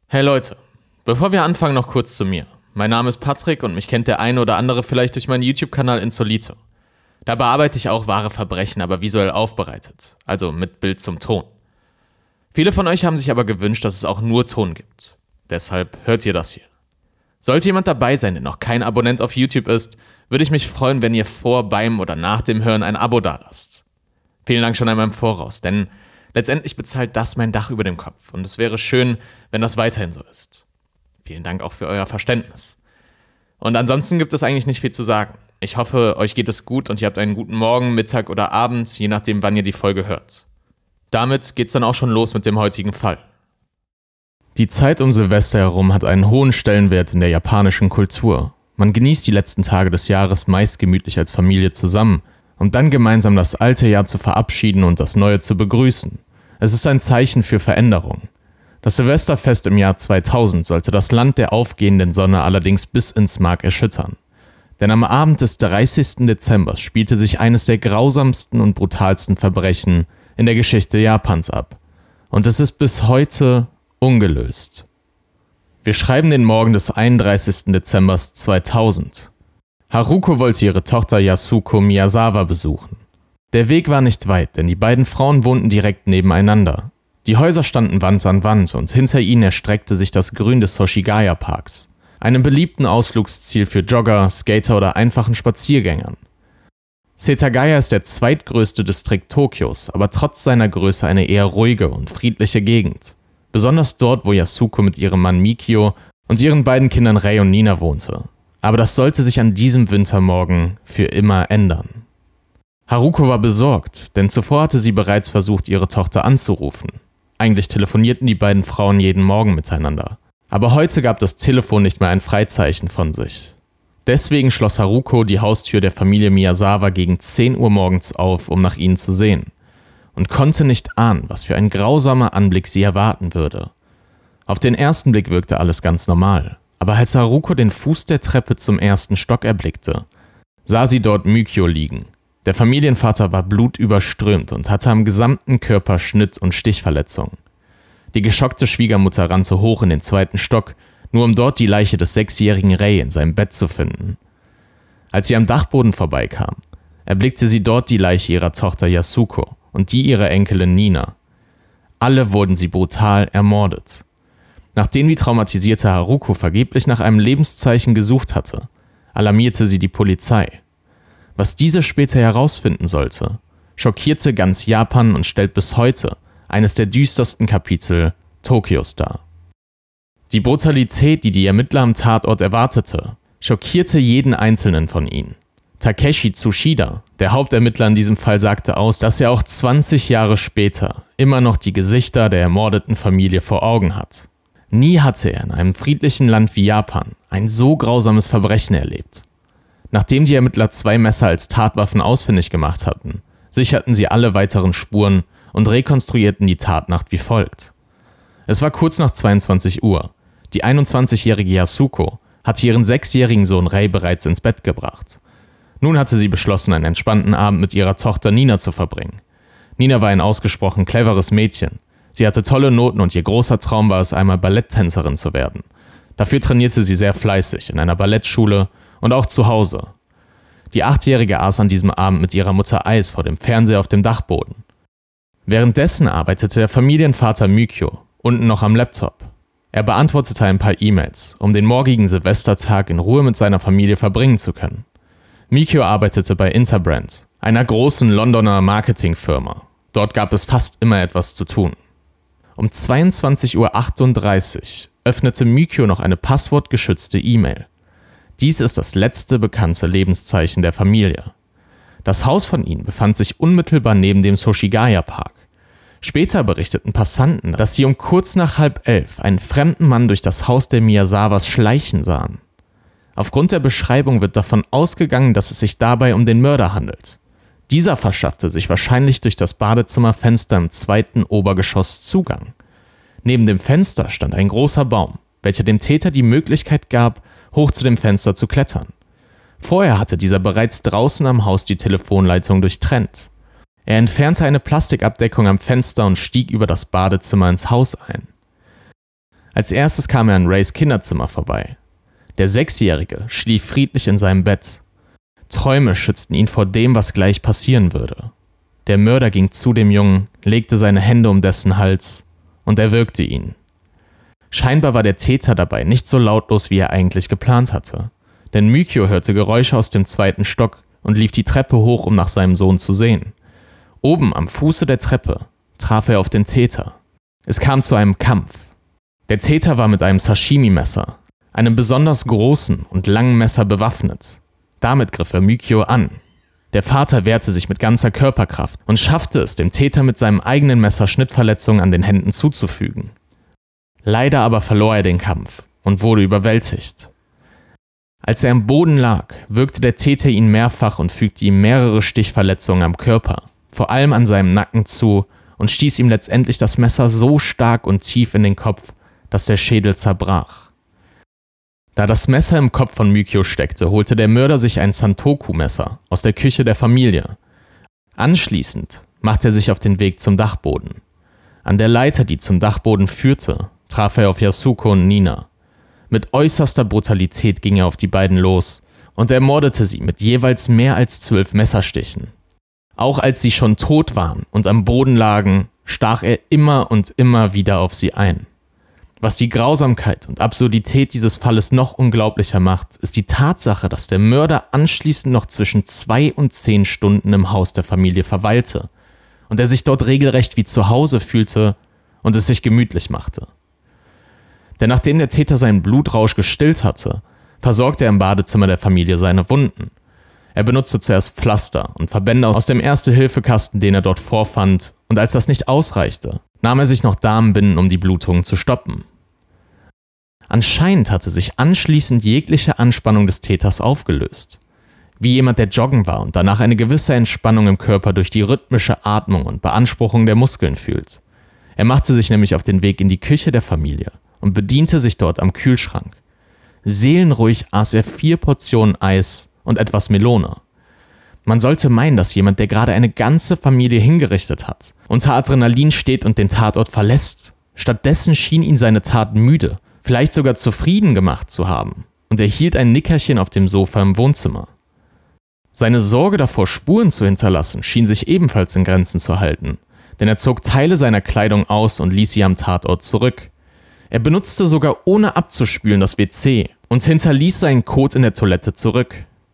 Hey Leute, bevor wir anfangen, noch kurz zu mir. Mein Name ist Patrick und mich kennt der eine oder andere vielleicht durch meinen YouTube-Kanal Insolito. Da bearbeite ich auch wahre Verbrechen, aber visuell aufbereitet, also mit Bild zum Ton. Viele von euch haben sich aber gewünscht, dass es auch nur Ton gibt. Deshalb hört ihr das hier. Sollte jemand dabei sein, der noch kein Abonnent auf YouTube ist, würde ich mich freuen, wenn ihr vor, beim oder nach dem Hören ein Abo dalasst. Vielen Dank schon einmal im Voraus, denn letztendlich bezahlt das mein Dach über dem Kopf und es wäre schön, wenn das weiterhin so ist. Vielen Dank auch für euer Verständnis. Und ansonsten gibt es eigentlich nicht viel zu sagen. Ich hoffe, euch geht es gut und ihr habt einen guten Morgen, Mittag oder Abend, je nachdem, wann ihr die Folge hört. Damit geht's dann auch schon los mit dem heutigen Fall. Die Zeit um Silvester herum hat einen hohen Stellenwert in der japanischen Kultur. Man genießt die letzten Tage des Jahres meist gemütlich als Familie zusammen, um dann gemeinsam das alte Jahr zu verabschieden und das neue zu begrüßen. Es ist ein Zeichen für Veränderung. Das Silvesterfest im Jahr 2000 sollte das Land der aufgehenden Sonne allerdings bis ins Mark erschüttern. Denn am Abend des 30. Dezember spielte sich eines der grausamsten und brutalsten Verbrechen in der Geschichte Japans ab. Und es ist bis heute ungelöst. Wir schreiben den Morgen des 31. Dezember 2000. Haruko wollte ihre Tochter Yasuko Miyazawa besuchen. Der Weg war nicht weit, denn die beiden Frauen wohnten direkt nebeneinander. Die Häuser standen Wand an Wand und hinter ihnen erstreckte sich das Grün des Hoshigaya-Parks, einem beliebten Ausflugsziel für Jogger, Skater oder einfachen Spaziergängern. Setagaya ist der zweitgrößte Distrikt Tokios, aber trotz seiner Größe eine eher ruhige und friedliche Gegend. Besonders dort, wo Yasuko mit ihrem Mann Mikio und ihren beiden Kindern Rei und Nina wohnte. Aber das sollte sich an diesem Wintermorgen für immer ändern. Haruko war besorgt, denn zuvor hatte sie bereits versucht, ihre Tochter anzurufen. Eigentlich telefonierten die beiden Frauen jeden Morgen miteinander. Aber heute gab das Telefon nicht mehr ein Freizeichen von sich. Deswegen schloss Haruko die Haustür der Familie Miyazawa gegen 10 Uhr morgens auf, um nach ihnen zu sehen. Und konnte nicht ahnen, was für ein grausamer Anblick sie erwarten würde. Auf den ersten Blick wirkte alles ganz normal. Aber als Haruko den Fuß der Treppe zum ersten Stock erblickte, sah sie dort Mikio liegen. Der Familienvater war blutüberströmt und hatte am gesamten Körper Schnitt- und Stichverletzungen. Die geschockte Schwiegermutter rannte hoch in den 2. Stock, nur um dort die Leiche des 6-jährigen Rei in seinem Bett zu finden. Als sie am Dachboden vorbeikam, erblickte sie dort die Leiche ihrer Tochter Yasuko und die ihrer Enkelin Nina. Alle wurden sie brutal ermordet. Nachdem die traumatisierte Haruko vergeblich nach einem Lebenszeichen gesucht hatte, alarmierte sie die Polizei. Was diese später herausfinden sollte, schockierte ganz Japan und stellt bis heute eines der düstersten Kapitel Tokios dar. Die Brutalität, die die Ermittler am Tatort erwartete, schockierte jeden einzelnen von ihnen. Takeshi Tsushida, der Hauptermittler in diesem Fall, sagte aus, dass er auch 20 Jahre später immer noch die Gesichter der ermordeten Familie vor Augen hat. Nie hatte er in einem friedlichen Land wie Japan ein so grausames Verbrechen erlebt. Nachdem die Ermittler 2 Messer als Tatwaffen ausfindig gemacht hatten, sicherten sie alle weiteren Spuren und rekonstruierten die Tatnacht wie folgt. Es war kurz nach 22 Uhr. Die 21-jährige Yasuko hatte ihren 6-jährigen Sohn Rei bereits ins Bett gebracht. Nun hatte sie beschlossen, einen entspannten Abend mit ihrer Tochter Nina zu verbringen. Nina war ein ausgesprochen cleveres Mädchen. Sie hatte tolle Noten und ihr großer Traum war es, einmal Balletttänzerin zu werden. Dafür trainierte sie sehr fleißig in einer Ballettschule und auch zu Hause. Die 8-Jährige aß an diesem Abend mit ihrer Mutter Eis vor dem Fernseher auf dem Dachboden. Währenddessen arbeitete der Familienvater Mikio unten noch am Laptop. Er beantwortete ein paar E-Mails, um den morgigen Silvestertag in Ruhe mit seiner Familie verbringen zu können. Mikio arbeitete bei Interbrand, einer großen Londoner Marketingfirma. Dort gab es fast immer etwas zu tun. Um 22:38 Uhr öffnete Mikio noch eine passwortgeschützte E-Mail. Dies ist das letzte bekannte Lebenszeichen der Familie. Das Haus von ihnen befand sich unmittelbar neben dem Hoshigaya-Park. Später berichteten Passanten, dass sie um kurz nach 10:30 einen fremden Mann durch das Haus der Miyazawas schleichen sahen. Aufgrund der Beschreibung wird davon ausgegangen, dass es sich dabei um den Mörder handelt. Dieser verschaffte sich wahrscheinlich durch das Badezimmerfenster im 2. Obergeschoss Zugang. Neben dem Fenster stand ein großer Baum, welcher dem Täter die Möglichkeit gab, hoch zu dem Fenster zu klettern. Vorher hatte dieser bereits draußen am Haus die Telefonleitung durchtrennt. Er entfernte eine Plastikabdeckung am Fenster und stieg über das Badezimmer ins Haus ein. Als erstes kam er an Rays Kinderzimmer vorbei. Der 6-Jährige schlief friedlich in seinem Bett. Träume schützten ihn vor dem, was gleich passieren würde. Der Mörder ging zu dem Jungen, legte seine Hände um dessen Hals und erwürgte ihn. Scheinbar war der Täter dabei nicht so lautlos, wie er eigentlich geplant hatte. Denn Mikio hörte Geräusche aus dem 2. Stock und lief die Treppe hoch, um nach seinem Sohn zu sehen. Oben am Fuße der Treppe traf er auf den Täter. Es kam zu einem Kampf. Der Täter war mit einem Sashimi-Messer, einem besonders großen und langen Messer, bewaffnet. Damit griff er Mikio an. Der Vater wehrte sich mit ganzer Körperkraft und schaffte es, dem Täter mit seinem eigenen Messer Schnittverletzungen an den Händen zuzufügen. Leider aber verlor er den Kampf und wurde überwältigt. Als er am Boden lag, würgte der Täter ihn mehrfach und fügte ihm mehrere Stichverletzungen am Körper, vor allem an seinem Nacken zu, und stieß ihm letztendlich das Messer so stark und tief in den Kopf, dass der Schädel zerbrach. Da das Messer im Kopf von Mikio steckte, holte der Mörder sich ein Santoku-Messer aus der Küche der Familie. Anschließend machte er sich auf den Weg zum Dachboden. An der Leiter, die zum Dachboden führte, traf er auf Yasuko und Nina. Mit äußerster Brutalität ging er auf die beiden los und ermordete sie mit jeweils mehr als 12 Messerstichen. Auch als sie schon tot waren und am Boden lagen, stach er immer und immer wieder auf sie ein. Was die Grausamkeit und Absurdität dieses Falles noch unglaublicher macht, ist die Tatsache, dass der Mörder anschließend noch zwischen 2 und 10 Stunden im Haus der Familie verweilte und er sich dort regelrecht wie zu Hause fühlte und es sich gemütlich machte. Denn nachdem der Täter seinen Blutrausch gestillt hatte, versorgte er im Badezimmer der Familie seine Wunden. Er benutzte zuerst Pflaster und Verbände aus dem Erste-Hilfe-Kasten, den er dort vorfand, und als das nicht ausreichte, nahm er sich noch Damenbinden, um die Blutungen zu stoppen. Anscheinend hatte sich anschließend jegliche Anspannung des Täters aufgelöst. Wie jemand, der joggen war und danach eine gewisse Entspannung im Körper durch die rhythmische Atmung und Beanspruchung der Muskeln fühlt. Er machte sich nämlich auf den Weg in die Küche der Familie und bediente sich dort am Kühlschrank. Seelenruhig aß er 4 Portionen Eis und etwas Melone. Man sollte meinen, dass jemand, der gerade eine ganze Familie hingerichtet hat, unter Adrenalin steht und den Tatort verlässt. Stattdessen schien ihn seine Tat müde, vielleicht sogar zufrieden gemacht zu haben, und er hielt ein Nickerchen auf dem Sofa im Wohnzimmer. Seine Sorge davor, Spuren zu hinterlassen, schien sich ebenfalls in Grenzen zu halten, denn er zog Teile seiner Kleidung aus und ließ sie am Tatort zurück. Er benutzte sogar ohne abzuspülen das WC und hinterließ seinen Code in der Toilette zurück.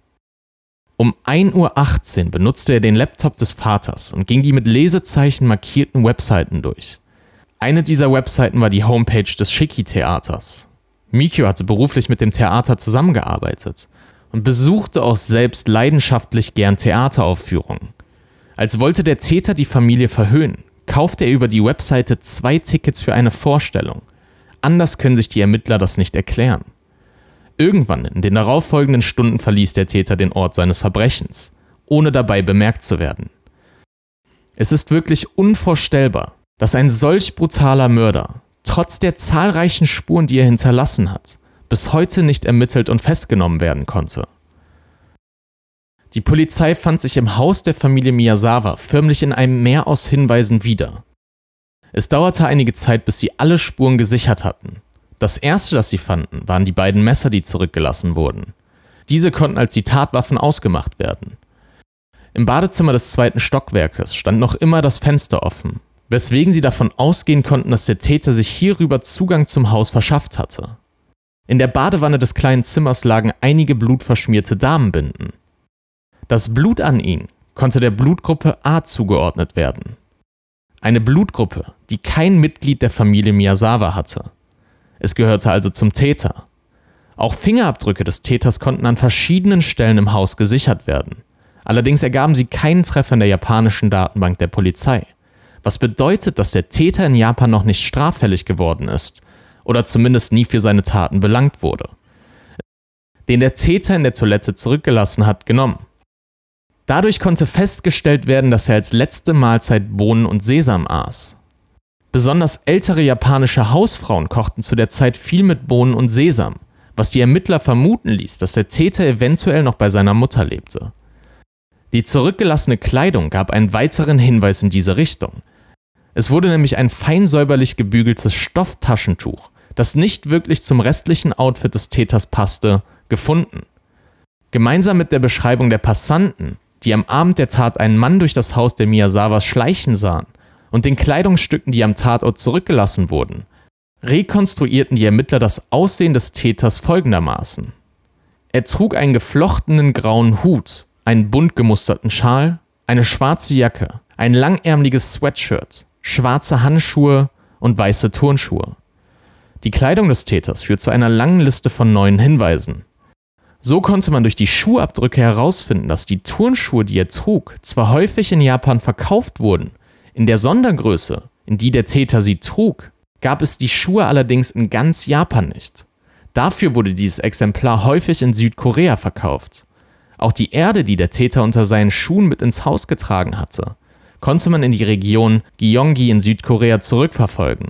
Um 1:18 Uhr benutzte er den Laptop des Vaters und ging die mit Lesezeichen markierten Webseiten durch. Eine dieser Webseiten war die Homepage des Shiki-Theaters. Mikio hatte beruflich mit dem Theater zusammengearbeitet und besuchte auch selbst leidenschaftlich gern Theateraufführungen. Als wollte der Täter die Familie verhöhnen, kaufte er über die Webseite 2 Tickets für eine Vorstellung. Anders können sich die Ermittler das nicht erklären. Irgendwann in den darauffolgenden Stunden verließ der Täter den Ort seines Verbrechens, ohne dabei bemerkt zu werden. Es ist wirklich unvorstellbar, dass ein solch brutaler Mörder, trotz der zahlreichen Spuren, die er hinterlassen hat, bis heute nicht ermittelt und festgenommen werden konnte. Die Polizei fand sich im Haus der Familie Miyazawa förmlich in einem Meer aus Hinweisen wieder. Es dauerte einige Zeit, bis sie alle Spuren gesichert hatten. Das erste, das sie fanden, waren die beiden Messer, die zurückgelassen wurden. Diese konnten als die Tatwaffen ausgemacht werden. Im Badezimmer des 2. Stockwerkes stand noch immer das Fenster offen, weswegen sie davon ausgehen konnten, dass der Täter sich hierüber Zugang zum Haus verschafft hatte. In der Badewanne des kleinen Zimmers lagen einige blutverschmierte Damenbinden. Das Blut an ihnen konnte der Blutgruppe A zugeordnet werden. Eine Blutgruppe, die kein Mitglied der Familie Miyazawa hatte. Es gehörte also zum Täter. Auch Fingerabdrücke des Täters konnten an verschiedenen Stellen im Haus gesichert werden. Allerdings ergaben sie keinen Treffer in der japanischen Datenbank der Polizei. Was bedeutet, dass der Täter in Japan noch nicht straffällig geworden ist oder zumindest nie für seine Taten belangt wurde. Den der Täter in der Toilette zurückgelassen hat, genommen. Dadurch konnte festgestellt werden, dass er als letzte Mahlzeit Bohnen und Sesam aß. Besonders ältere japanische Hausfrauen kochten zu der Zeit viel mit Bohnen und Sesam, was die Ermittler vermuten ließ, dass der Täter eventuell noch bei seiner Mutter lebte. Die zurückgelassene Kleidung gab einen weiteren Hinweis in diese Richtung. Es wurde nämlich ein fein säuberlich gebügeltes Stofftaschentuch, das nicht wirklich zum restlichen Outfit des Täters passte, gefunden. Gemeinsam mit der Beschreibung der Passanten, die am Abend der Tat einen Mann durch das Haus der Miyazawas schleichen sahen, und den Kleidungsstücken, die am Tatort zurückgelassen wurden, rekonstruierten die Ermittler das Aussehen des Täters folgendermaßen. Er trug einen geflochtenen grauen Hut, einen bunt gemusterten Schal, eine schwarze Jacke, ein langärmliches Sweatshirt, schwarze Handschuhe und weiße Turnschuhe. Die Kleidung des Täters führt zu einer langen Liste von 9 Hinweisen. So konnte man durch die Schuhabdrücke herausfinden, dass die Turnschuhe, die er trug, zwar häufig in Japan verkauft wurden, in der Sondergröße, in die der Täter sie trug, gab es die Schuhe allerdings in ganz Japan nicht. Dafür wurde dieses Exemplar häufig in Südkorea verkauft. Auch die Erde, die der Täter unter seinen Schuhen mit ins Haus getragen hatte, konnte man in die Region Gyeonggi in Südkorea zurückverfolgen.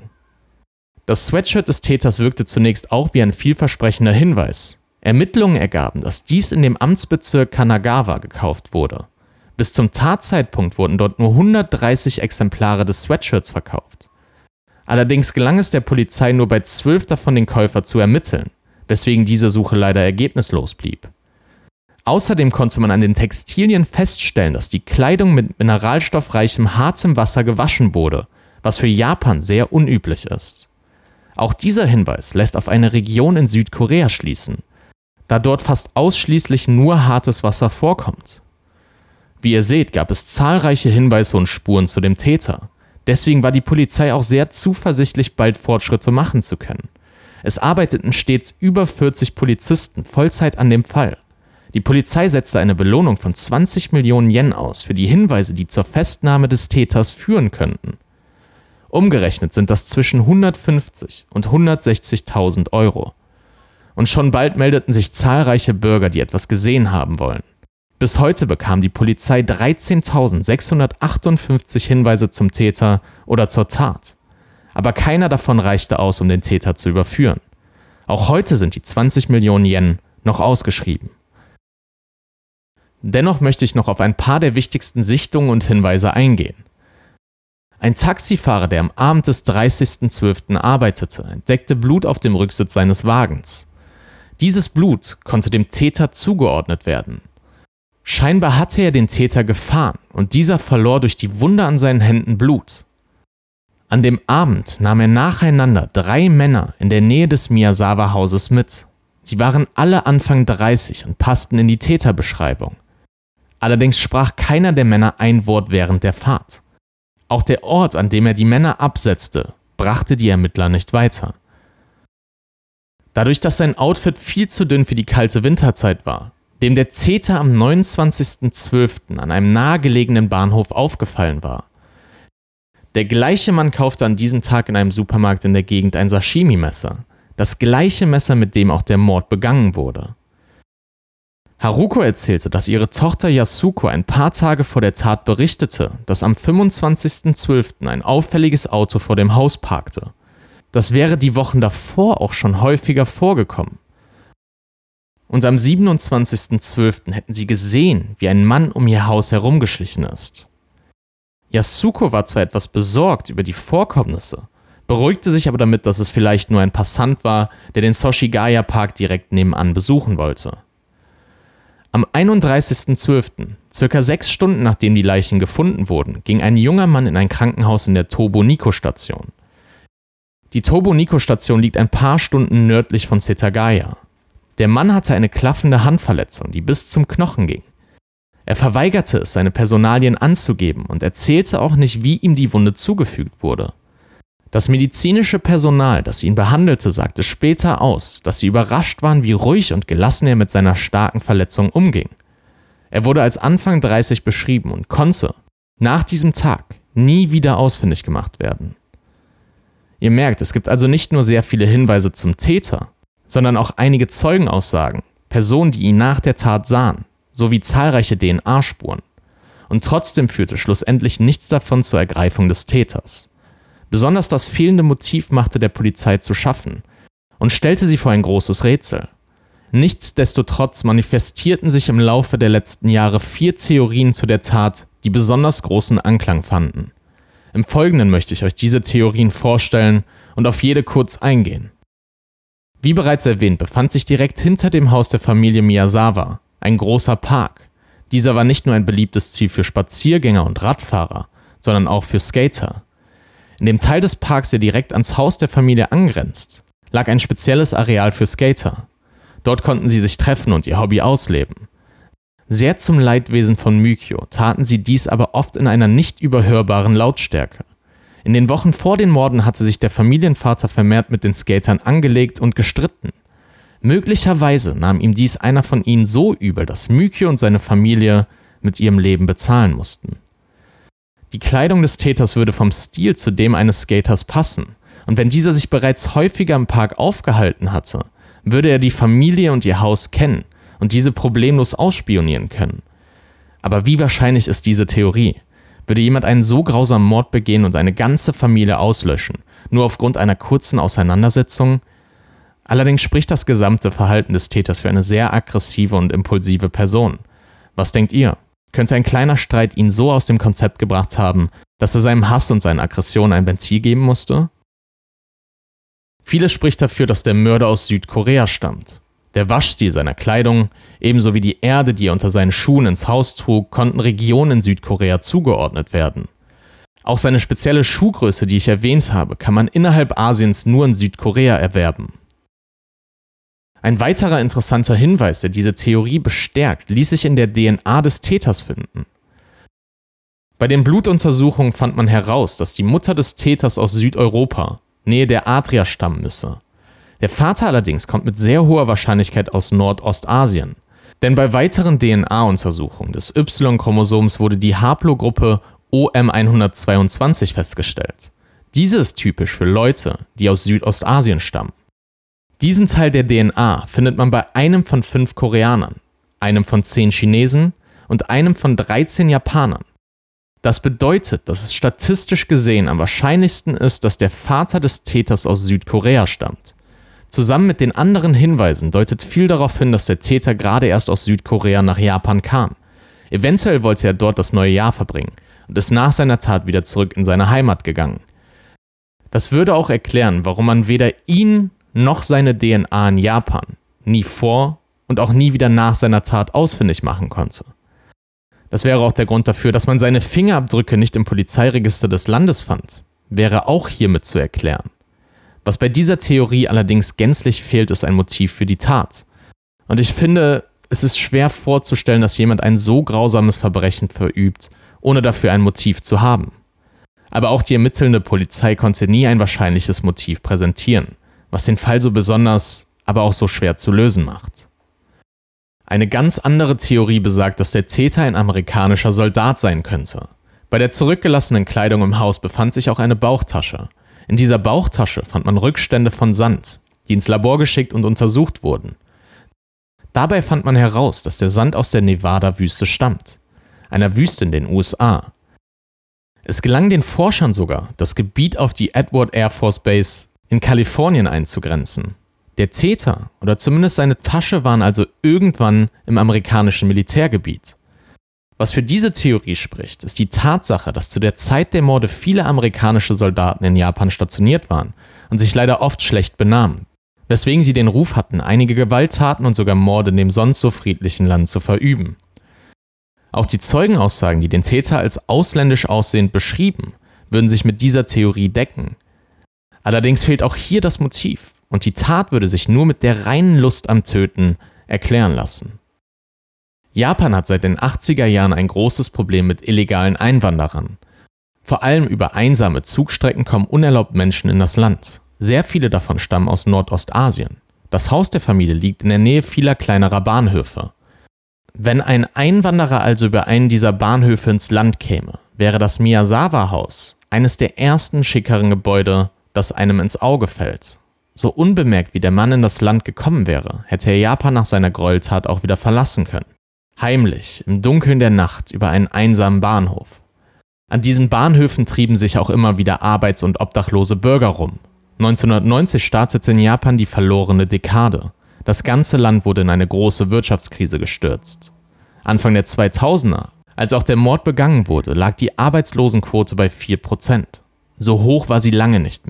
Das Sweatshirt des Täters wirkte zunächst auch wie ein vielversprechender Hinweis. Ermittlungen ergaben, dass dies in dem Amtsbezirk Kanagawa gekauft wurde. Bis zum Tatzeitpunkt wurden dort nur 130 Exemplare des Sweatshirts verkauft. Allerdings gelang es der Polizei nur bei 12 davon den Käufer zu ermitteln, weswegen diese Suche leider ergebnislos blieb. Außerdem konnte man an den Textilien feststellen, dass die Kleidung mit mineralstoffreichem hartem Wasser gewaschen wurde, was für Japan sehr unüblich ist. Auch dieser Hinweis lässt auf eine Region in Südkorea schließen, da dort fast ausschließlich nur hartes Wasser vorkommt. Wie ihr seht, gab es zahlreiche Hinweise und Spuren zu dem Täter. Deswegen war die Polizei auch sehr zuversichtlich, bald Fortschritte machen zu können. Es arbeiteten stets über 40 Polizisten Vollzeit an dem Fall. Die Polizei setzte eine Belohnung von 20 Millionen Yen aus für die Hinweise, die zur Festnahme des Täters führen könnten. Umgerechnet sind das zwischen 150 und 160.000 Euro. Und schon bald meldeten sich zahlreiche Bürger, die etwas gesehen haben wollen. Bis heute bekam die Polizei 13.658 Hinweise zum Täter oder zur Tat. Aber keiner davon reichte aus, um den Täter zu überführen. Auch heute sind die 20 Millionen Yen noch ausgeschrieben. Dennoch möchte ich noch auf ein paar der wichtigsten Sichtungen und Hinweise eingehen. Ein Taxifahrer, der am Abend des 30.12. arbeitete, entdeckte Blut auf dem Rücksitz seines Wagens. Dieses Blut konnte dem Täter zugeordnet werden. Scheinbar hatte er den Täter gefahren und dieser verlor durch die Wunde an seinen Händen Blut. An dem Abend nahm er nacheinander 3 Männer in der Nähe des Miyazawa-Hauses mit. Sie waren alle Anfang 30 und passten in die Täterbeschreibung. Allerdings sprach keiner der Männer ein Wort während der Fahrt. Auch der Ort, an dem er die Männer absetzte, brachte die Ermittler nicht weiter. Dadurch, dass sein Outfit viel zu dünn für die kalte Winterzeit war, dem der Täter am 29.12. an einem nahegelegenen Bahnhof aufgefallen war. Der gleiche Mann kaufte an diesem Tag in einem Supermarkt in der Gegend ein Sashimi-Messer, das gleiche Messer, mit dem auch der Mord begangen wurde. Haruko erzählte, dass ihre Tochter Yasuko ein paar Tage vor der Tat berichtete, dass am 25.12. ein auffälliges Auto vor dem Haus parkte. Das wäre die Wochen davor auch schon häufiger vorgekommen. Und am 27.12. hätten sie gesehen, wie ein Mann um ihr Haus herumgeschlichen ist. Yasuko war zwar etwas besorgt über die Vorkommnisse, beruhigte sich aber damit, dass es vielleicht nur ein Passant war, der den Soshigaya-Park direkt nebenan besuchen wollte. Am 31.12., circa 6 Stunden nachdem die Leichen gefunden wurden, ging ein junger Mann in ein Krankenhaus in der Tobo-Niko-Station. Die Tobo-Niko-Station liegt ein paar Stunden nördlich von Setagaya. Der Mann hatte eine klaffende Handverletzung, die bis zum Knochen ging. Er verweigerte es, seine Personalien anzugeben und erzählte auch nicht, wie ihm die Wunde zugefügt wurde. Das medizinische Personal, das ihn behandelte, sagte später aus, dass sie überrascht waren, wie ruhig und gelassen er mit seiner starken Verletzung umging. Er wurde als Anfang 30 beschrieben und konnte nach diesem Tag nie wieder ausfindig gemacht werden. Ihr merkt, es gibt also nicht nur sehr viele Hinweise zum Täter, sondern auch einige Zeugenaussagen, Personen, die ihn nach der Tat sahen, sowie zahlreiche DNA-Spuren. Und trotzdem führte schlussendlich nichts davon zur Ergreifung des Täters. Besonders das fehlende Motiv machte der Polizei zu schaffen und stellte sie vor ein großes Rätsel. Nichtsdestotrotz manifestierten sich im Laufe der letzten Jahre 4 Theorien zu der Tat, die besonders großen Anklang fanden. Im Folgenden möchte ich euch diese Theorien vorstellen und auf jede kurz eingehen. Wie bereits erwähnt, befand sich direkt hinter dem Haus der Familie Miyazawa ein großer Park. Dieser war nicht nur ein beliebtes Ziel für Spaziergänger und Radfahrer, sondern auch für Skater. In dem Teil des Parks, der direkt ans Haus der Familie angrenzt, lag ein spezielles Areal für Skater. Dort konnten sie sich treffen und ihr Hobby ausleben. Sehr zum Leidwesen von Mykyo taten sie dies aber oft in einer nicht überhörbaren Lautstärke. In den Wochen vor den Morden hatte sich der Familienvater vermehrt mit den Skatern angelegt und gestritten. Möglicherweise nahm ihm dies einer von ihnen so übel, dass Mykyo und seine Familie mit ihrem Leben bezahlen mussten. Die Kleidung des Täters würde vom Stil zu dem eines Skaters passen, und wenn dieser sich bereits häufiger im Park aufgehalten hatte, würde er die Familie und ihr Haus kennen und diese problemlos ausspionieren können. Aber wie wahrscheinlich ist diese Theorie? Würde jemand einen so grausamen Mord begehen und eine ganze Familie auslöschen, nur aufgrund einer kurzen Auseinandersetzung? Allerdings spricht das gesamte Verhalten des Täters für eine sehr aggressive und impulsive Person. Was denkt ihr? Könnte ein kleiner Streit ihn so aus dem Konzept gebracht haben, dass er seinem Hass und seinen Aggressionen ein Ventil geben musste? Vieles spricht dafür, dass der Mörder aus Südkorea stammt. Der Waschstil seiner Kleidung, ebenso wie die Erde, die er unter seinen Schuhen ins Haus trug, konnten Regionen in Südkorea zugeordnet werden. Auch seine spezielle Schuhgröße, die ich erwähnt habe, kann man innerhalb Asiens nur in Südkorea erwerben. Ein weiterer interessanter Hinweis, der diese Theorie bestärkt, ließ sich in der DNA des Täters finden. Bei den Blutuntersuchungen fand man heraus, dass die Mutter des Täters aus Südeuropa, Nähe der Adria, stammen müsse. Der Vater allerdings kommt mit sehr hoher Wahrscheinlichkeit aus Nordostasien. Denn bei weiteren DNA-Untersuchungen des Y-Chromosoms wurde die Haplogruppe OM122 festgestellt. Diese ist typisch für Leute, die aus Südostasien stammen. Diesen Teil der DNA findet man bei einem von 5 Koreanern, einem von 10 Chinesen und einem von 13 Japanern. Das bedeutet, dass es statistisch gesehen am wahrscheinlichsten ist, dass der Vater des Täters aus Südkorea stammt. Zusammen mit den anderen Hinweisen deutet viel darauf hin, dass der Täter gerade erst aus Südkorea nach Japan kam. Eventuell wollte er dort das neue Jahr verbringen und ist nach seiner Tat wieder zurück in seine Heimat gegangen. Das würde auch erklären, warum man weder ihn noch seine DNA in Japan nie vor und auch nie wieder nach seiner Tat ausfindig machen konnte. Das wäre auch der Grund dafür, dass man seine Fingerabdrücke nicht im Polizeiregister des Landes fand, wäre auch hiermit zu erklären. Was bei dieser Theorie allerdings gänzlich fehlt, ist ein Motiv für die Tat. Und ich finde, es ist schwer vorzustellen, dass jemand ein so grausames Verbrechen verübt, ohne dafür ein Motiv zu haben. Aber auch die ermittelnde Polizei konnte nie ein wahrscheinliches Motiv präsentieren, was den Fall so besonders, aber auch so schwer zu lösen macht. Eine ganz andere Theorie besagt, dass der Täter ein amerikanischer Soldat sein könnte. Bei der zurückgelassenen Kleidung im Haus befand sich auch eine Bauchtasche. In dieser Bauchtasche fand man Rückstände von Sand, die ins Labor geschickt und untersucht wurden. Dabei fand man heraus, dass der Sand aus der Nevada-Wüste stammt, einer Wüste in den USA. Es gelang den Forschern sogar, das Gebiet auf die Edward Air Force Base in Kalifornien einzugrenzen. Der Täter, oder zumindest seine Tasche, waren also irgendwann im amerikanischen Militärgebiet. Was für diese Theorie spricht, ist die Tatsache, dass zu der Zeit der Morde viele amerikanische Soldaten in Japan stationiert waren und sich leider oft schlecht benahmen, weswegen sie den Ruf hatten, einige Gewalttaten und sogar Morde in dem sonst so friedlichen Land zu verüben. Auch die Zeugenaussagen, die den Täter als ausländisch aussehend beschrieben, würden sich mit dieser Theorie decken. Allerdings fehlt auch hier das Motiv und die Tat würde sich nur mit der reinen Lust am Töten erklären lassen. Japan hat seit den 80er Jahren ein großes Problem mit illegalen Einwanderern. Vor allem über einsame Zugstrecken kommen unerlaubt Menschen in das Land. Sehr viele davon stammen aus Nordostasien. Das Haus der Familie liegt in der Nähe vieler kleinerer Bahnhöfe. Wenn ein Einwanderer also über einen dieser Bahnhöfe ins Land käme, wäre das Miyazawa-Haus eines der ersten schickeren Gebäude, das einem ins Auge fällt. So unbemerkt wie der Mann in das Land gekommen wäre, hätte er Japan nach seiner Gräueltat auch wieder verlassen können. Heimlich, im Dunkeln der Nacht über einen einsamen Bahnhof. An diesen Bahnhöfen trieben sich auch immer wieder arbeits- und obdachlose Bürger rum. 1990 startete in Japan die verlorene Dekade. Das ganze Land wurde in eine große Wirtschaftskrise gestürzt. Anfang der 2000er, als auch der Mord begangen wurde, lag die Arbeitslosenquote bei 4%. So hoch war sie lange nicht mehr.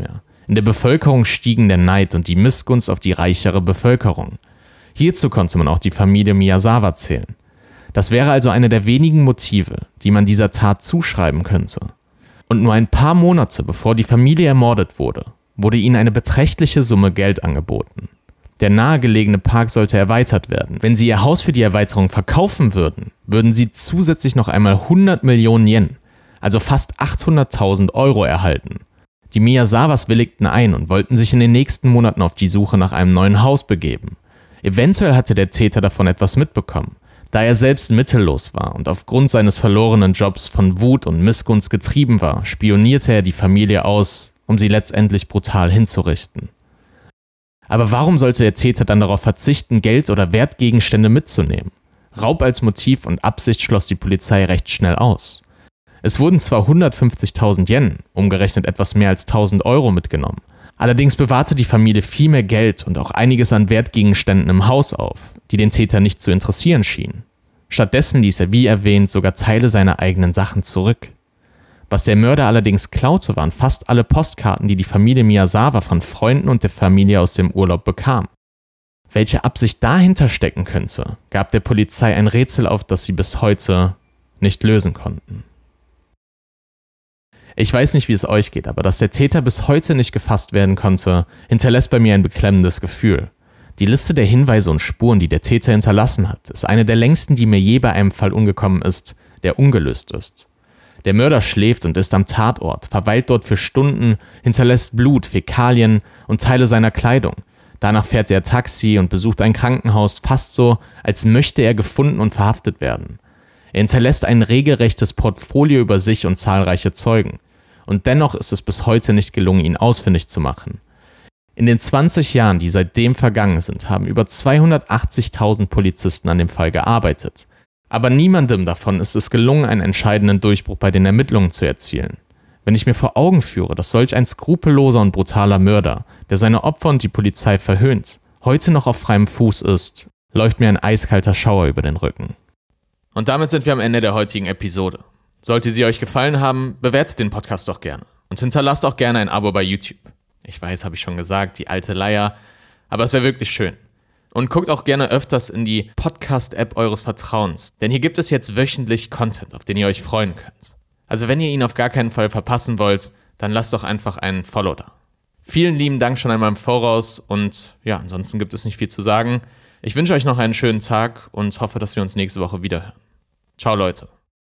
In der Bevölkerung stiegen der Neid und die Missgunst auf die reichere Bevölkerung. Hierzu konnte man auch die Familie Miyazawa zählen. Das wäre also eine der wenigen Motive, die man dieser Tat zuschreiben könnte. Und nur ein paar Monate bevor die Familie ermordet wurde, wurde ihnen eine beträchtliche Summe Geld angeboten. Der nahegelegene Park sollte erweitert werden. Wenn sie ihr Haus für die Erweiterung verkaufen würden, würden sie zusätzlich noch einmal 100 Millionen Yen, also fast 800.000 Euro erhalten. Die Miyazawas willigten ein und wollten sich in den nächsten Monaten auf die Suche nach einem neuen Haus begeben. Eventuell hatte der Täter davon etwas mitbekommen. Da er selbst mittellos war und aufgrund seines verlorenen Jobs von Wut und Missgunst getrieben war, spionierte er die Familie aus, um sie letztendlich brutal hinzurichten. Aber warum sollte der Täter dann darauf verzichten, Geld oder Wertgegenstände mitzunehmen? Raub als Motiv und Absicht schloss die Polizei recht schnell aus. Es wurden zwar 150.000 Yen, umgerechnet etwas mehr als 1.000 Euro, mitgenommen. Allerdings bewahrte die Familie viel mehr Geld und auch einiges an Wertgegenständen im Haus auf, die den Täter nicht zu interessieren schienen. Stattdessen ließ er, wie erwähnt, sogar Teile seiner eigenen Sachen zurück. Was der Mörder allerdings klaute, waren fast alle Postkarten, die die Familie Miyazawa von Freunden und der Familie aus dem Urlaub bekam. Welche Absicht dahinter stecken könnte, gab der Polizei ein Rätsel auf, das sie bis heute nicht lösen konnten. Ich weiß nicht, wie es euch geht, aber dass der Täter bis heute nicht gefasst werden konnte, hinterlässt bei mir ein beklemmendes Gefühl. Die Liste der Hinweise und Spuren, die der Täter hinterlassen hat, ist eine der längsten, die mir je bei einem Fall umgekommen ist, der ungelöst ist. Der Mörder schläft und ist am Tatort, verweilt dort für Stunden, hinterlässt Blut, Fäkalien und Teile seiner Kleidung. Danach fährt er Taxi und besucht ein Krankenhaus, fast so, als möchte er gefunden und verhaftet werden. Er hinterlässt ein regelrechtes Portfolio über sich und zahlreiche Zeugen. Und dennoch ist es bis heute nicht gelungen, ihn ausfindig zu machen. In den 20 Jahren, die seitdem vergangen sind, haben über 280.000 Polizisten an dem Fall gearbeitet. Aber niemandem davon ist es gelungen, einen entscheidenden Durchbruch bei den Ermittlungen zu erzielen. Wenn ich mir vor Augen führe, dass solch ein skrupelloser und brutaler Mörder, der seine Opfer und die Polizei verhöhnt, heute noch auf freiem Fuß ist, läuft mir ein eiskalter Schauer über den Rücken. Und damit sind wir am Ende der heutigen Episode. Sollte sie euch gefallen haben, bewertet den Podcast doch gerne. Und hinterlasst auch gerne ein Abo bei YouTube. Ich weiß, habe ich schon gesagt, die alte Leier, aber es wäre wirklich schön. Und guckt auch gerne öfters in die Podcast-App eures Vertrauens, denn hier gibt es jetzt wöchentlich Content, auf den ihr euch freuen könnt. Also wenn ihr ihn auf gar keinen Fall verpassen wollt, dann lasst doch einfach einen Follow da. Vielen lieben Dank schon einmal im Voraus und ja, ansonsten gibt es nicht viel zu sagen. Ich wünsche euch noch einen schönen Tag und hoffe, dass wir uns nächste Woche wiederhören. Ciao Leute.